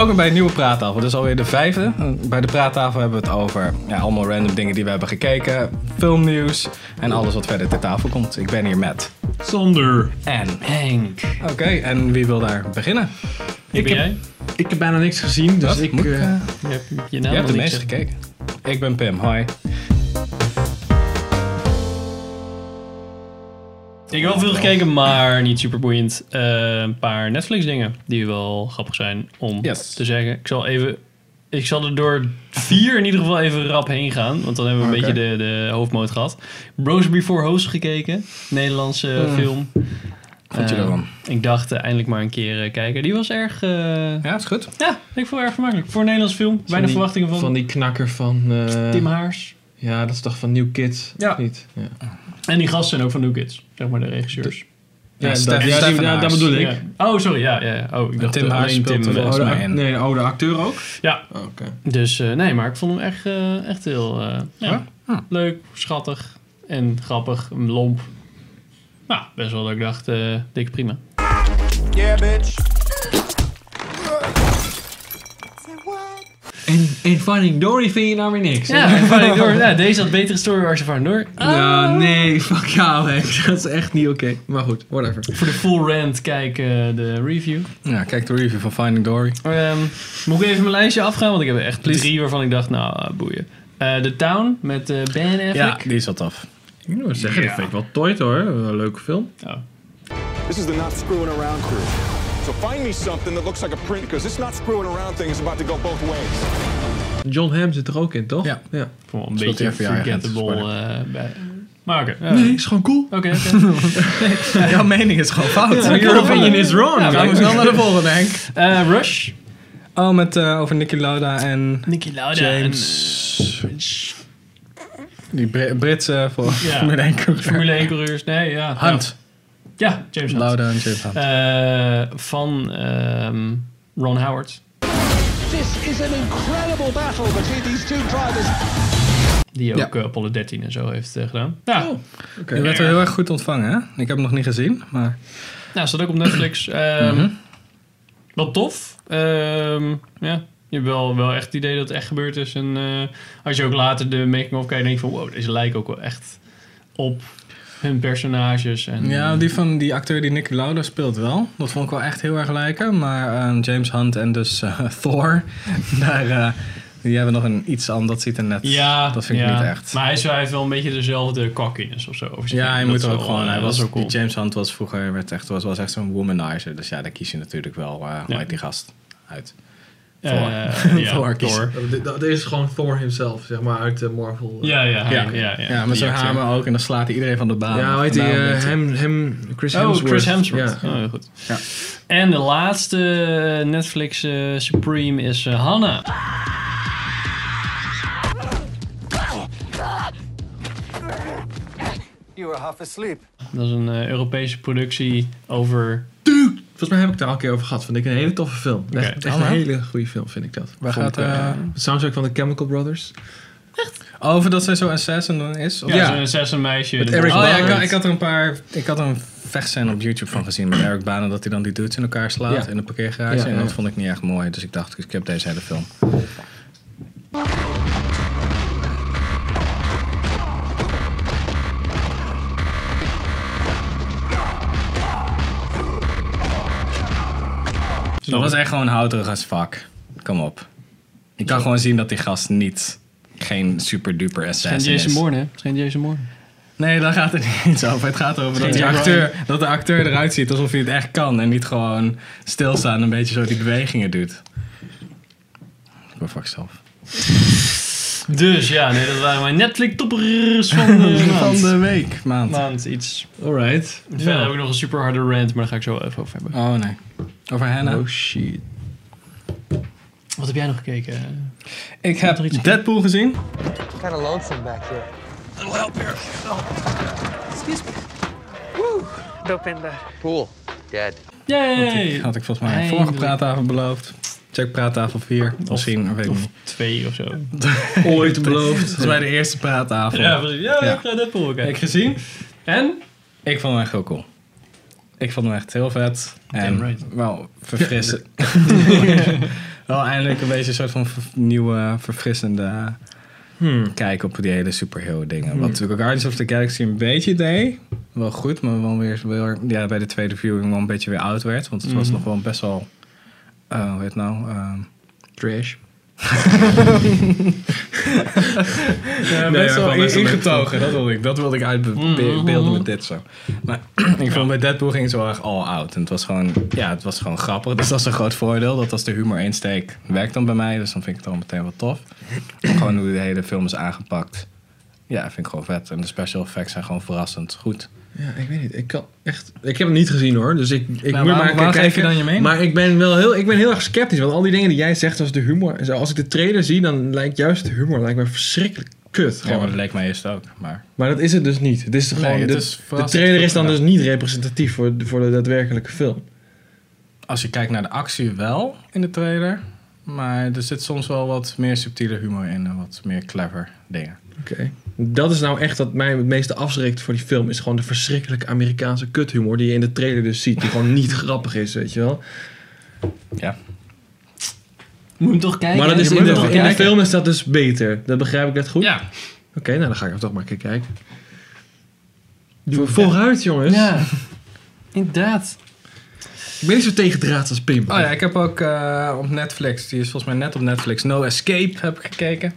Welkom bij een nieuwe praattafel. Dit is alweer de 5e. Bij de praattafel hebben we het over allemaal random dingen die we hebben gekeken. Filmnieuws en alles wat verder ter tafel komt. Ik ben hier met... Sander. En... Henk. Oké, en wie wil daar beginnen? Ik heb bijna niks gezien, dus Wat? ik... Je hebt het niks meest gekeken. Ik ben Pim, hoi. Ik heb wel veel gekeken, maar niet super boeiend. Een paar Netflix dingen die wel grappig zijn om te zeggen. Ik zal er door 4 in ieder geval even rap heen gaan. Want dan hebben we een beetje de hoofdmoot gehad. Bros Before Host gekeken. Nederlandse film. Vond je ervan? Ik dacht eindelijk maar een keer kijken. Die was erg... Ja, is goed. Ja, ik vond het erg vermakelijk. Voor een Nederlandse film. Bijna verwachtingen van... Van die knakker van... Tim Haars. Ja, dat is toch van New Kids? Ja. Niet? Ja. En die gasten zijn ook van New Kids. Zeg maar de regisseurs. Dat bedoel ik. Ja. Oh, sorry. Ja. Oh, ik dacht Tim Haars speelt er volgens mij in. Nee, de acteur ook? Ja. Oh, oké. Dus nee, maar ik vond hem echt heel leuk, schattig en grappig, lomp. Nou, best wel dat ik dacht, dik prima. Yeah, bitch. En Finding Dory vind je nou weer niks? Ja, Finding Dory. Ja, deze had betere story als Finding Dory. Ja, nee, fuck jou, Henk. Dat is echt niet oké. Maar goed, whatever. Voor de full rant kijk de review. Ja, kijk de review van Finding Dory. Moet ik even mijn lijstje afgaan? Want ik heb er echt 3 waarvan ik dacht, nou, boeien. The Town met Ben Affleck. Ja, die is wel tof. Ik moet zeggen, dat vind ik wel toit hoor. Een leuke film. Oh. This is the not screwing around crew. So find me something that looks like a print, because this not screwing around thing is about to go both ways. John Hamm zit er ook in, toch? Ja. Vond wel een Speelt beetje hij even forgettable bij. Maar oké. Nee, is gewoon cool. Oké. Jouw mening is gewoon fout. Your opinion is wrong. Ja, gaan we snel naar de volgende, Henk. Rush. Oh, met over Niki Lauda en Niki Lauda James. Die Britse voor Ja. Formule 1 coureur. Formule 1 coureurs. Nee, ja. Hunt. Ja, James Hunt. Lauda en James Hunt. Van Ron Howard. This is an incredible battle between these two drivers. Die ook Apollo 13 en zo heeft gedaan. Ja. Die werd wel heel erg goed ontvangen, hè? Ik heb hem nog niet gezien, maar... Nou, staat ook op Netflix. Wat tof. Ja. Je hebt wel echt het idee dat het echt gebeurd is. En als je ook later de making-of kijkt, denk je van... Wow, deze lijken ook wel echt op hun personages. En, ja, die acteur die Niki Lauda speelt wel. Dat vond ik wel echt heel erg lijken. Maar James Hunt en dus Thor, die hebben nog een iets anders. Dat ziet er net... Ja, dat vind ik niet echt. Maar hij heeft wel een beetje dezelfde cockiness of zo. Ja, hij moet er ook gewoon... Hij was cool. Die James Hunt was vroeger was echt zo'n womanizer. Dus ja, daar kies je natuurlijk wel uit die gast uit. Thor. Dat is gewoon Thor himself, zeg maar, uit Marvel. Ja, met zo'n hamer ook. En dan slaat hij iedereen van de baan. Ja, hoe heet hij? Chris Hemsworth. Chris Hemsworth. Ja. Oh, goed. Ja. En de laatste Netflix Supreme is Hannah. You were half asleep. Dat is een Europese productie over... Volgens mij heb ik het daar al een keer over gehad. Vind ik een hele toffe film. Echt een hele goede film, vind ik dat. Waar gaat de soundtrack van de Chemical Brothers. Over dat zij zo assassin is? Ja, zo'n assassin meisje. Met Eric Bana. Ik had er een vechtscène op YouTube van gezien met Eric Bana. Dat hij dan die dudes in elkaar slaat in de parkeergarage. En dat vond ik niet echt mooi. Dus ik dacht, ik heb deze hele film. Dat was echt gewoon houterig als fuck. Kom op. Je kan gewoon zien dat die gast geen super duper assassin is. Het is geen Jason Bourne. Nee, daar gaat het niet eens over. Het gaat over dat de acteur eruit ziet alsof hij het echt kan. En niet gewoon stilstaan een beetje zo die bewegingen doet. Ik ben fuck zelf. Dus ja, dat waren mijn Netflix-toppers van de week. Maand iets. Alright. Verder heb ik nog een super harde rant, maar daar ga ik zo even over hebben. Oh nee. Over Hannah? Oh shit. Wat heb jij nog gekeken? Ik heb Deadpool gezien. Kind of lonesome back here. I'll help here. Excuse me. Woo! Dope in the pool. Dead. Yay! Had ik volgens mij vorige praattafel beloofd. Check praattafel 4. Misschien, weet ik niet. 2 of zo. Ooit beloofd. Dat is bij de eerste praattafel. Ja, precies. Ja, ik ga Deadpool kijken. Ik gezien. En? Ik vond hem echt heel cool. Ik vond hem echt heel vet. En right. wel verfrissend. Wel eindelijk een beetje een soort van nieuwe, verfrissende kijk op die hele superhero dingen. Wat natuurlijk Guardians of the Galaxy een beetje deed. Wel goed, maar wel weer bij de tweede viewing wel een beetje weer oud werd. Want het was nog wel best wel... hoe heet het nou? Trash. Best wel ingetogen, dat wilde ik uitbeelden met dit zo. Maar ik vond bij Deadpool ging het zo erg all out. En het was gewoon grappig. Dus dat is een groot voordeel. Dat als de humor insteek werkt dan bij mij. Dus dan vind ik het al meteen wel tof. En gewoon hoe de hele film is aangepakt. Ja, vind ik gewoon vet. En de special effects zijn gewoon verrassend goed. Ja, ik weet niet. Ik heb het niet gezien hoor. Dus ik moet maar kijken. Geef je dan je mening? Maar ik ben heel erg sceptisch. Want al die dingen die jij zegt, zoals de humor. En zo, als ik de trailer zie, dan lijkt juist de humor me verschrikkelijk kut. Ja, maar dat leek mij eerst ook. Maar dat is het dus niet. Het is gewoon, de trailer is dan dus niet representatief voor de daadwerkelijke film. Als je kijkt naar de actie wel in de trailer. Maar er zit soms wel wat meer subtiele humor in. En wat meer clever dingen. Oké. Dat is nou echt wat mij het meeste afschrikt voor die film. Is gewoon de verschrikkelijke Amerikaanse kuthumor die je in de trailer dus ziet. Die gewoon niet grappig is, weet je wel. Ja. Moet hem toch kijken? Maar dat is in de film is dat dus beter. Dat begrijp ik net goed? Ja. Oké, nou dan ga ik hem toch maar een keer kijken. Vooruit, jongens. Ja, inderdaad. Ik ben niet zo tegendraads als Pim. Oh ja, ik heb ook op Netflix, die is volgens mij net op Netflix, No Escape heb ik gekeken.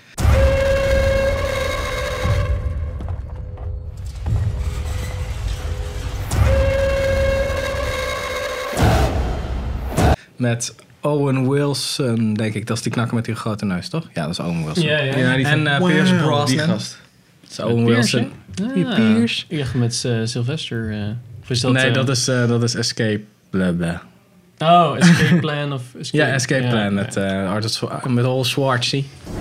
Met Owen Wilson, denk ik. Dat is die knakker met die grote neus, toch? Ja, dat is Owen Wilson. Ja, die en Pierce Brosnan. Die gast. Dat is Owen Wilson. Pierce. Ik dacht met Sylvester. Nee, dat is Escape. Blablabla. Oh, Escape Plan of Escape... Ja, Escape Plan met Arnold Schwarzenegger.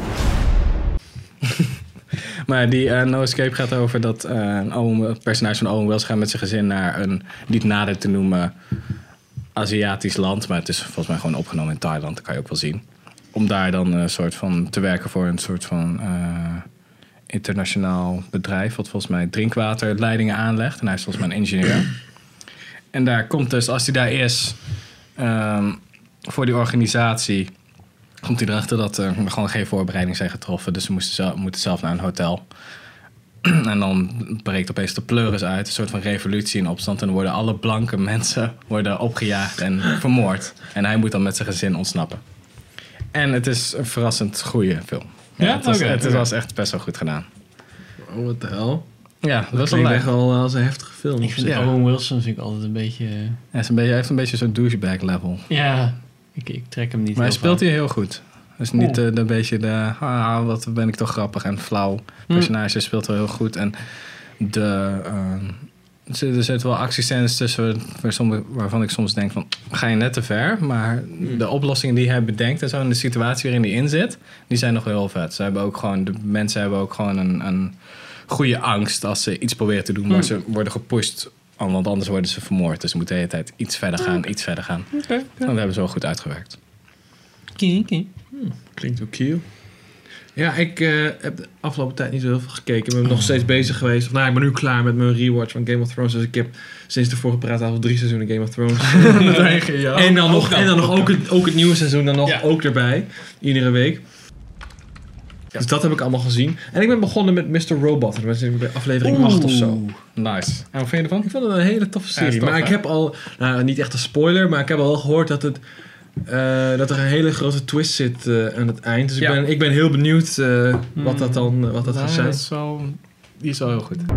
Maar die No Escape gaat over dat het personage van Owen Wilson gaat met zijn gezin naar een niet nader te noemen Aziatisch land. Maar het is volgens mij gewoon opgenomen in Thailand, dat kan je ook wel zien. Om daar dan een soort van te werken voor een soort van internationaal bedrijf. Wat volgens mij drinkwaterleidingen aanlegt. En hij is volgens mij een ingenieur. En daar komt dus, als hij daar is voor die organisatie, komt hij erachter dat er gewoon geen voorbereidingen zijn getroffen. Dus ze moeten zelf naar een hotel. En dan breekt opeens de pleuris uit. Een soort van revolutie in opstand. En dan worden alle blanke mensen opgejaagd en vermoord. En hij moet dan met zijn gezin ontsnappen. En het is een verrassend goede film. Ja, het was echt best wel goed gedaan. Oh, wat de hel. Ja, dat klinkt echt wel als een heftige film. Ik vind Owen Wilson vind ik altijd een beetje... Hij heeft een beetje zo'n douchebag level. Ja, ik trek hem niet. Maar hij speelt hier heel goed. Dus niet een beetje wat ben ik toch grappig en flauw personage. Speelt wel heel goed. En er zitten wel actiescènes tussen waarvan ik soms denk van, ga je net te ver? Maar de oplossingen die hij bedenkt en zo, en de situatie waarin hij in zit, die zijn nog wel heel vet. De mensen hebben ook gewoon een goede angst als ze iets proberen te doen, maar ze worden gepusht, want anders worden ze vermoord. Dus ze moeten de hele tijd iets verder gaan. Okay. En dat hebben ze wel goed uitgewerkt. Klinkt ook cute. Ja, ik heb de afgelopen tijd niet zo heel veel gekeken. Ik ben nog steeds bezig geweest. Ik ben nu klaar met mijn rewatch van Game of Thrones. Dus ik heb sinds de vorige praat al 3 seizoenen Game of Thrones. En dan nog ook het nieuwe seizoen dan nog ook erbij. Iedere week. Ja. Dus dat heb ik allemaal gezien. En ik ben begonnen met Mr. Robot. Dat was bij aflevering 8 of zo. Nice. En wat vind je ervan? Ik vond het een hele toffe serie. Tof, maar ik heb al, niet echt een spoiler, maar ik heb al gehoord dat dat er een hele grote twist zit aan het eind. Dus ik ben heel benieuwd wat dat gaat zijn. Die is wel heel goed.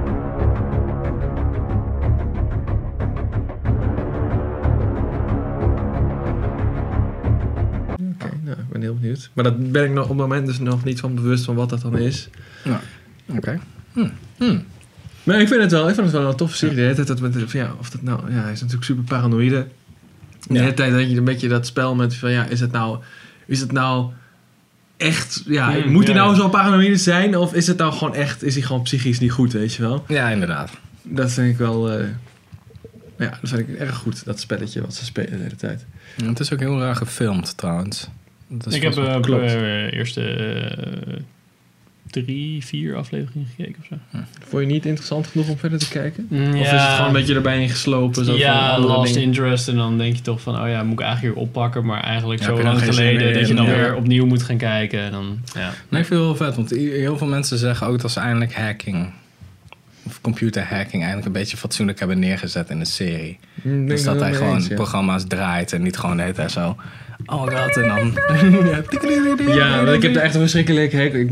Oké, ik ben heel benieuwd. Maar dat ben ik nog op het moment dus nog niet van bewust van wat dat dan is. Nou, oké. Maar ik vind het wel een toffe serie. De hele tijd hij is natuurlijk super paranoïde. De hele tijd dat je een beetje dat spel met van is het nou echt, moet hij nou zo paranoïde zijn of is het nou gewoon echt, is hij gewoon psychisch niet goed, weet je wel? Ja, inderdaad. Dat vind ik wel, dat vind ik erg goed, dat spelletje wat ze spelen de hele tijd. Ja, het is ook heel raar gefilmd trouwens. Ik heb de eerste 3-4 afleveringen gekeken of zo. Vond je niet interessant genoeg om verder te kijken? Ja. Of is het gewoon een beetje erbij ingeslopen? Zo van lost dingen? interest. En dan denk je toch van, oh ja, moet ik eigenlijk weer oppakken. Maar eigenlijk Ja, zo heb je dan lang geen zin geleden meer dat je in, dan ja. weer opnieuw moet gaan kijken. En dan, ja. Nee, ik vind het wel vet, want heel veel mensen zeggen ook dat ze eindelijk hacking... of computerhacking eigenlijk een beetje fatsoenlijk hebben neergezet in de serie. Dus dat hij gewoon programma's draait en niet gewoon de hele tijd zo... Oh my god, en dan... Ja, ik heb er echt een verschrikkelijk hekel.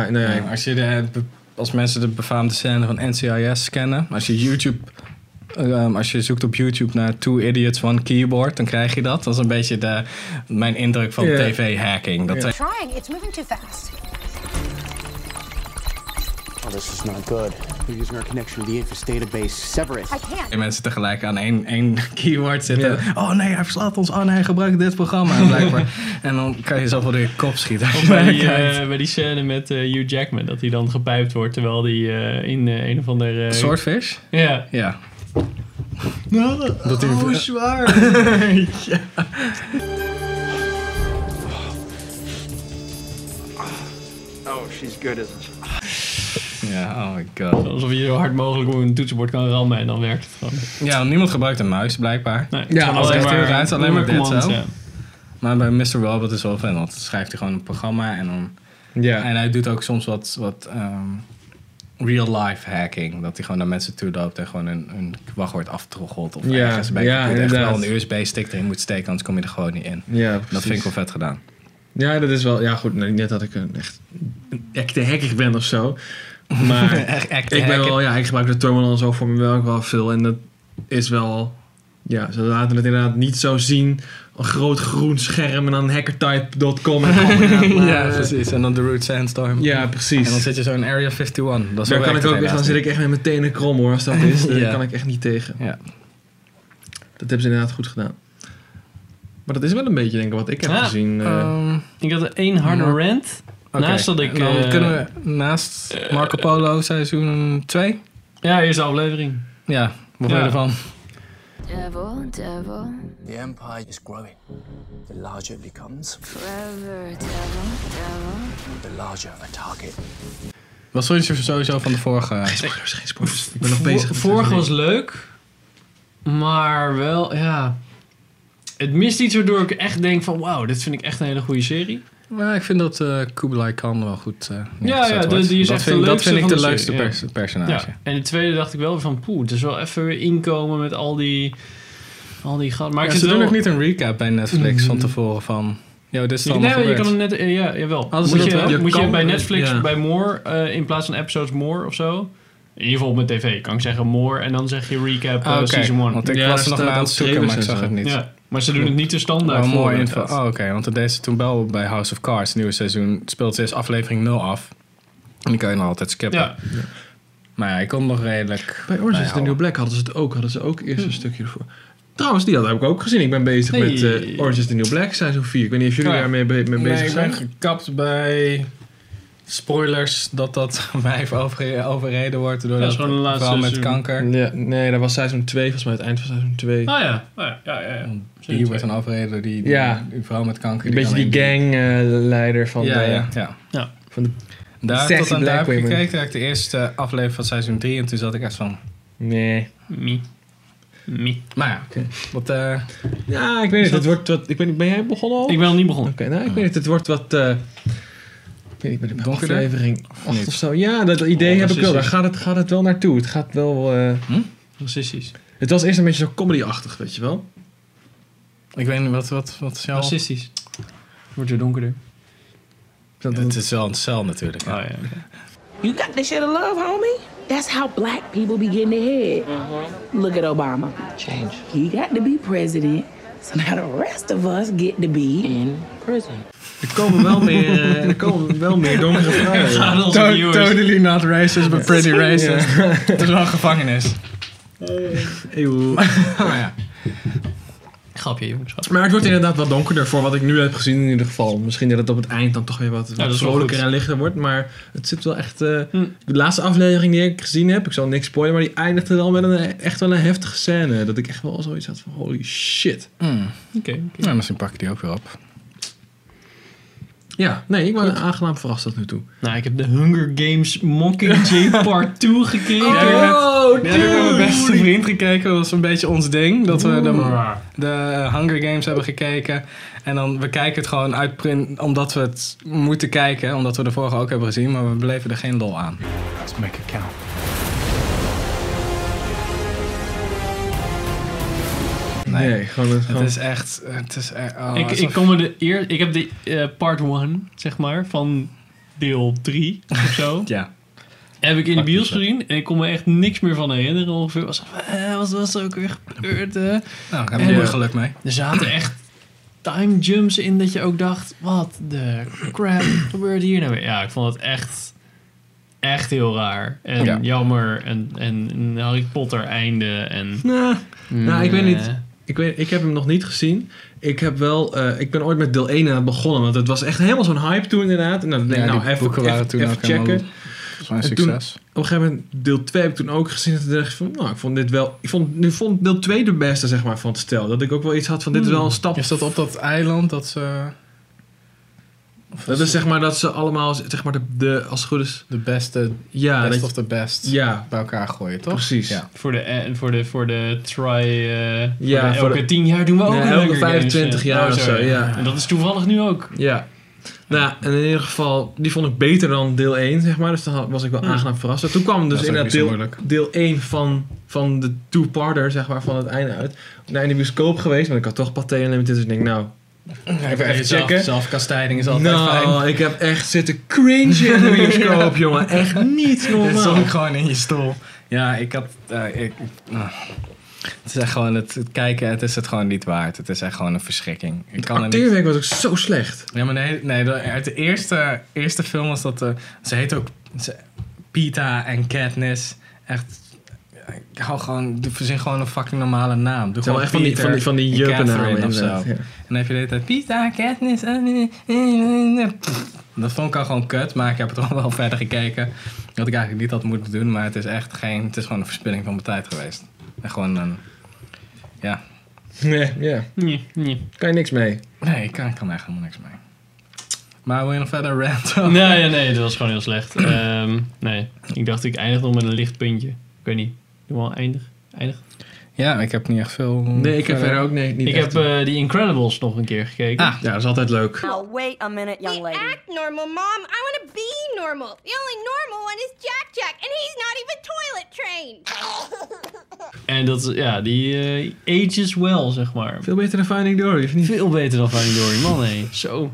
Als mensen de befaamde scène van NCIS kennen... Als je zoekt op YouTube naar 2 Idiots, 1 Keyboard... dan krijg je dat. Dat is een beetje mijn indruk van tv-hacking. Trying, it's moving too fast. Oh, this is not good. We're using our connection to the Infos database. Sever it. I can't. En mensen tegelijk aan één keyword zitten. Yeah. Oh nee, hij verslaat ons. Oh nee, hij gebruikt dit programma. Blijkbaar. En dan kan je zoveel door je kop schieten. Of bij die scène met Hugh Jackman. Dat hij dan gepijpt wordt terwijl hij in een of ander... Swordfish? Ja. Ja. Dat zwaar. Ja. Oh, she's good, isn't she? Ja, oh my god. Alsof je zo hard mogelijk op een toetsenbord kan rammen en dan werkt het gewoon. Ja, niemand gebruikt een muis, blijkbaar. Nee, ja, als het eruit alleen maar dit zo. Ja. Maar bij Mr. Robot is wel fijn, want dan schrijft hij gewoon een programma en dan... Ja. En hij doet ook soms wat real-life hacking. Dat hij gewoon naar mensen toe loopt en gewoon een wachtwoord aftroggelt. Of ergens bij je echt wel een USB-stick erin moet steken, anders kom je er gewoon niet in. Ja, dat vind ik wel vet gedaan. Ja, dat is wel... Ja, goed. Net dat ik echt echte hacker ben of zo. Maar ik gebruik de terminal zo voor mijn werk wel veel. En dat is wel... Ja, ze laten het inderdaad niet zo zien. Een groot groen scherm en dan hackertype.com. Ja, precies. En dan de root sandstorm. Ja, precies. En dan zit je zo in Area 51. Dat is daar kan ik ook echt, dan zit ik echt met mijn tenen krom hoor, als dat is. Daar kan ik echt niet tegen. Ja. Dat hebben ze inderdaad goed gedaan. Maar dat is wel een beetje denk ik wat ik heb gezien. Ik had 1 harde rant. Okay. Naast dat ik... Dan kunnen we naast Marco Polo seizoen 2. Ja, eerste aflevering. Ja, wat vind je ervan? Devil. The empire is growing. The larger it becomes, Forever, devil. the larger a target. Wat vond je sowieso van de vorige? Geen spoilers. Ik ben nog bezig. Vorige was leuk. Maar wel, ja... Het mist iets waardoor ik echt denk van... Wauw, dit vind ik echt een hele goede serie. Maar ik vind dat Kublai Khan wel goed die is echt de leukste. Dat vind ik de leukste personage. Ja. En de tweede dacht ik wel van... Poeh, het is wel even weer inkomen met al die gaten. Maar ze doen ook niet een recap bij Netflix van tevoren van... Yo, dit is dan je kan hem net... jawel. Moet je bij Netflix bij More... in plaats van episodes More of zo... In ieder geval met tv kan ik zeggen More... en dan zeg je recap season 1. Want ik was er nog naar aan het zoeken, maar ik zag het niet. Ja. Maar ze doen het niet te standaard voor. More info. Oké, want deze toen wel bij House of Cards, nieuwe seizoen, speelt ze eerst aflevering 0 af. En die kan je nog altijd skippen. Ja. Maar ja, ik kon nog redelijk... Bij Orange is the New Black hadden ze ook eerst een stukje ervoor. Trouwens, die heb ik ook gezien. Ik ben bezig met Orange is the New Black seizoen 4. Ik weet niet of jullie daarmee bezig zijn. Ik ben gekapt bij... Spoilers, dat wijf overreden wordt door dat vrouw met kanker. Ja, nee, dat was seizoen 2, volgens mij het eind van seizoen 2. Ja. Die wordt dan overreden door die vrouw met kanker. Een beetje die gangleider van van de daar tot aan daar heb ik gekeken. Ik de eerste aflevering van seizoen 3 en toen zat ik echt van... Nee. Maar ja, wat... Ja, ik weet niet. Het wordt wat... Ik weet niet, ben jij begonnen al? Ik ben nog niet begonnen. Oké, ik weet niet. Het wordt wat... ik weet niet, bij de aflevering 8 of zo. Ja, dat idee heb ik wel. Daar gaat het wel naartoe. Het gaat wel... Racistisch. Het was eerst een beetje zo comedy-achtig, weet je wel? Ik weet niet, wat is jouw... Racistisch. Wordt weer donkerder. Het is wel een cel natuurlijk. Ja. You got this shit of love, homie? That's how black people be getting ahead. Look at Obama. Change. He got to be president, so now the rest of us get to be in prison. Er komen wel meer donkere vrouwen. Totally not racist, but pretty racist. Het is wel een gevangenis. Ja. Grapje, jongens. Maar het wordt inderdaad wat donkerder voor wat ik nu heb gezien in ieder geval. Misschien dat het op het eind dan toch weer wat vrolijker en lichter wordt. Maar het zit wel echt... De laatste aflevering die ik gezien heb, ik zal niks spoilen, maar die eindigde wel met echt wel een heftige scène. Dat ik echt wel zoiets had van holy shit. Oké. Nou, misschien pak ik die ook weer op. Ja, nee, ik ben aangenaam verrast tot nu toe. Nou, ik heb de Hunger Games Mockingjay Part 2 gekeken. Die heb ik met mijn beste vriend gekeken. Dat was een beetje ons ding. Dat we de Hunger Games hebben gekeken. En dan, we kijken het gewoon uit omdat we het moeten kijken. Omdat we de vorige ook hebben gezien. Maar we beleven er geen lol aan. Let's make it count. Nee, gewoon... Het is echt... Ik heb de part 1, zeg maar, van deel 3 of zo. Ja. Heb ik in de bios gezien en ik kon me echt niks meer van herinneren. Ongeveer wat was er ook weer gebeurd? Nou, daar heb je geluk mee. Er zaten echt time jumps in dat je ook dacht, wat de crap gebeurt hier nou weer? Ja, ik vond het echt heel raar. En jammer. En een Harry Potter einde. En, nou, ik weet niet. Ik heb hem nog niet gezien. Ik heb wel... ik ben ooit met deel 1 aan het begonnen. Want het was echt helemaal zo'n hype toen inderdaad. En dan denk ik, even checken. Dat was een succes. Toen, op een gegeven moment, deel 2 heb ik toen ook gezien. En toen dacht ik van, nou, ik vond dit wel... Nu vond deel 2 de beste, zeg maar, van het stel. Dat ik ook wel iets had van, dit is wel een stap. Is dat op dat eiland dat ze... Dat is zeg maar dat ze allemaal, zeg maar de als het goed is... De beste, best of the best bij elkaar gooien, toch? Precies. Ja. Voor de try... elke 10 jaar doen we ook elke 25 jaar of zo, ja. En dat is toevallig nu ook. Ja. Nou, en in ieder geval, die vond ik beter dan deel 1, zeg maar. Dus dan was ik wel aangenaam verrast. En toen kwam dus inderdaad deel 1 van de two-parter, zeg maar, van het einde uit. Naar in de bioscoop geweest, want ik had toch Pathé Unlimited. Dus ik denk, nou... Even checken. Zelfkastijding is altijd fijn. Ik heb echt zitten cringe in de bioscoop, jongen. Echt niet normaal. Je stond gewoon in je stoel. Ja, ik had... het is echt gewoon het kijken, het is het gewoon niet waard. Het is echt gewoon een verschrikking. Het acteerwerk was ook zo slecht. Ja, maar nee uit de eerste film was dat... ze heet ook Peeta en Katniss. Echt... Ik hou gewoon... Verzin gewoon een fucking normale naam. Doe gewoon echt van die juppennamen of zo. Ja. En dan heb je de hele tijd... Peeta, Katniss... Dat vond ik al gewoon kut. Maar ik heb het al wel verder gekeken. Dat ik eigenlijk niet had moeten doen. Maar het is echt geen... Het is gewoon een verspilling van mijn tijd geweest. En gewoon een... Ja. Nee, ja. Nee. Kan je niks mee? Nee, ik kan echt helemaal niks mee. Maar wil je nog verder ranten? Nee, dat was gewoon heel slecht. Nee, ik dacht ik eindig nog met een licht puntje. Ik weet niet. Doe maar eindig. Ja, ik heb niet echt veel... Nee, ik heb verder ook niet ik echt. heb The Incredibles nog een keer gekeken. Ja, dat is altijd leuk. Now wait a minute, young lady. Act normal, Mom. I want to be normal. The only normal one is Jack, and he's not even toilet trained. En dat, ja, die ages well, zeg maar. Veel beter dan Finding Dory, of niet? Veel beter dan Finding Dory, man, nee. Zo.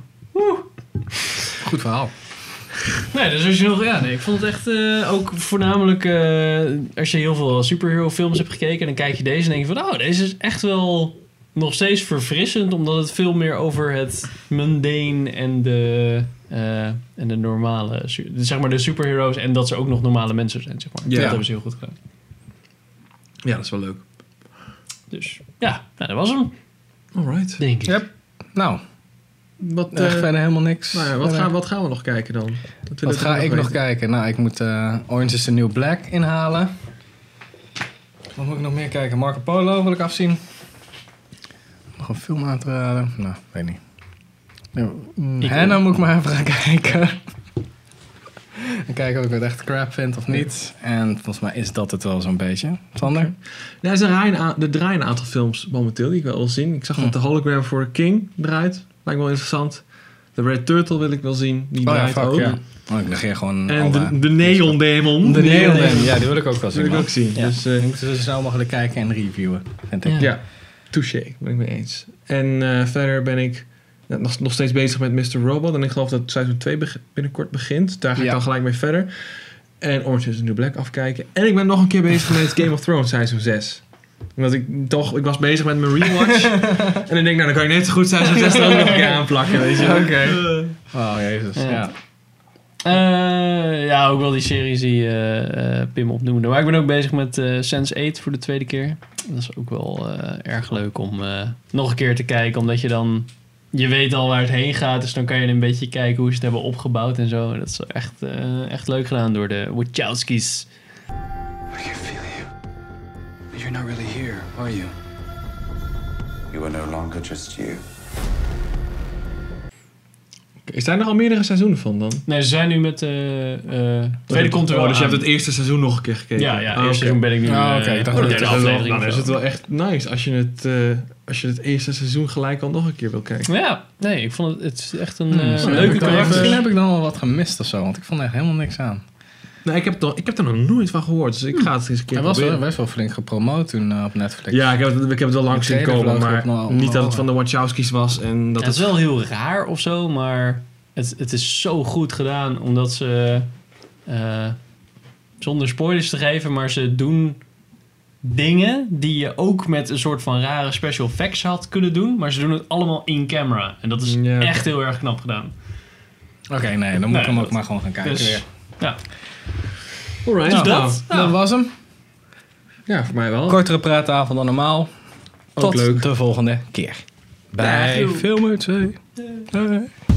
Goed verhaal. Nee, dus als je nog... Ja, nee, ik vond het echt ook voornamelijk... als je heel veel superhero films hebt gekeken... dan kijk je deze en denk je van... Oh, deze is echt wel nog steeds verfrissend... omdat het veel meer over het mundane en de normale... zeg maar de superheroes... en dat ze ook nog normale mensen zijn, zeg maar. Ja. Dat hebben ze heel goed gedaan. Ja, dat is wel leuk. Dus ja, nou, dat was hem. Alright. Denk ik. Yep. Nou... verder helemaal niks. Nou ja, wat gaan we nog kijken dan? Wat ga ik nog kijken? Nou, ik moet Orange is the New Black inhalen. Wat moet ik nog meer kijken? Marco Polo wil ik afzien. Nog een film aan te raden? Nou, weet niet. Hannah moet ik maar even gaan kijken. En kijken of ik het echt crap vind of niet. En volgens mij is dat het wel zo'n beetje. Sander? Ja, er draaien een aantal films momenteel die ik wel wil zien. Ik zag dat The Hologram for a King draait. Lijkt me wel interessant. The Red Turtle wil ik wel zien. Die draait ook. Ja. Oh, ik negeer gewoon en de Neon Demon. De Neon Demon, ja, die wil ik ook wel zien. Die wil ik ook zien. Ja. Dus, ik moet ze snel mogelijk kijken en reviewen, vind ik. Ja, touché, ben ik mee eens. En verder ben ik nog steeds bezig met Mr. Robot. En ik geloof dat seizoen 2 binnenkort begint. Daar ga ik dan gelijk mee verder. En Orange is the New Black afkijken. En ik ben nog een keer bezig met Game of Thrones seizoen 6. Omdat ik was bezig met mijn rewatch. En dan denk ik, nou dan kan je net zo goed seizoen 6 er ook nog een keer aanplakken, weet je. Oké. Oh, jezus. Ja. Ja, ook wel die series die Pim opnoemde. Maar ik ben ook bezig met Sense8 voor de tweede keer. Dat is ook wel erg leuk om nog een keer te kijken. Omdat je dan... Je weet al waar het heen gaat. Dus dan kan je een beetje kijken hoe ze het hebben opgebouwd en zo. Dat is echt leuk gedaan door de Wachowskis. I can feel you. But you're not really here, are you? You are no longer just you. Zijn er al meerdere seizoenen van dan? Nee, ze zijn nu met tweede komt er wel dus je aan. hebt het eerste seizoen nog een keer gekeken? Ja, eerste seizoen ben ik nu. Ik dacht de aflevering. Dan is het wel echt nice als je het eerste seizoen gelijk al nog een keer wil kijken. Ja, nee, ik vond het is echt een leuke karakter. Misschien heb ik dan wel wat gemist of zo, want ik vond er echt helemaal niks aan. Nee, ik heb er nog nooit van gehoord, dus ik ga het eens een keer proberen. Hij was best wel flink gepromoot toen op Netflix. Ja, ik heb het wel langs zien komen, maar niet dat het van de Wachowski's was. En dat het is wel heel raar of zo, maar het is zo goed gedaan, omdat ze, zonder spoilers te geven, maar ze doen dingen die je ook met een soort van rare special effects had kunnen doen, maar ze doen het allemaal in camera. En dat is echt heel erg knap gedaan. Oké, nee, dan moet ik hem ook maar gewoon gaan kijken weer. Ja. Alright, dat was hem. Ja, voor mij wel. Kortere praattafel dan normaal. Tot de volgende keer. Bij Filmer 2.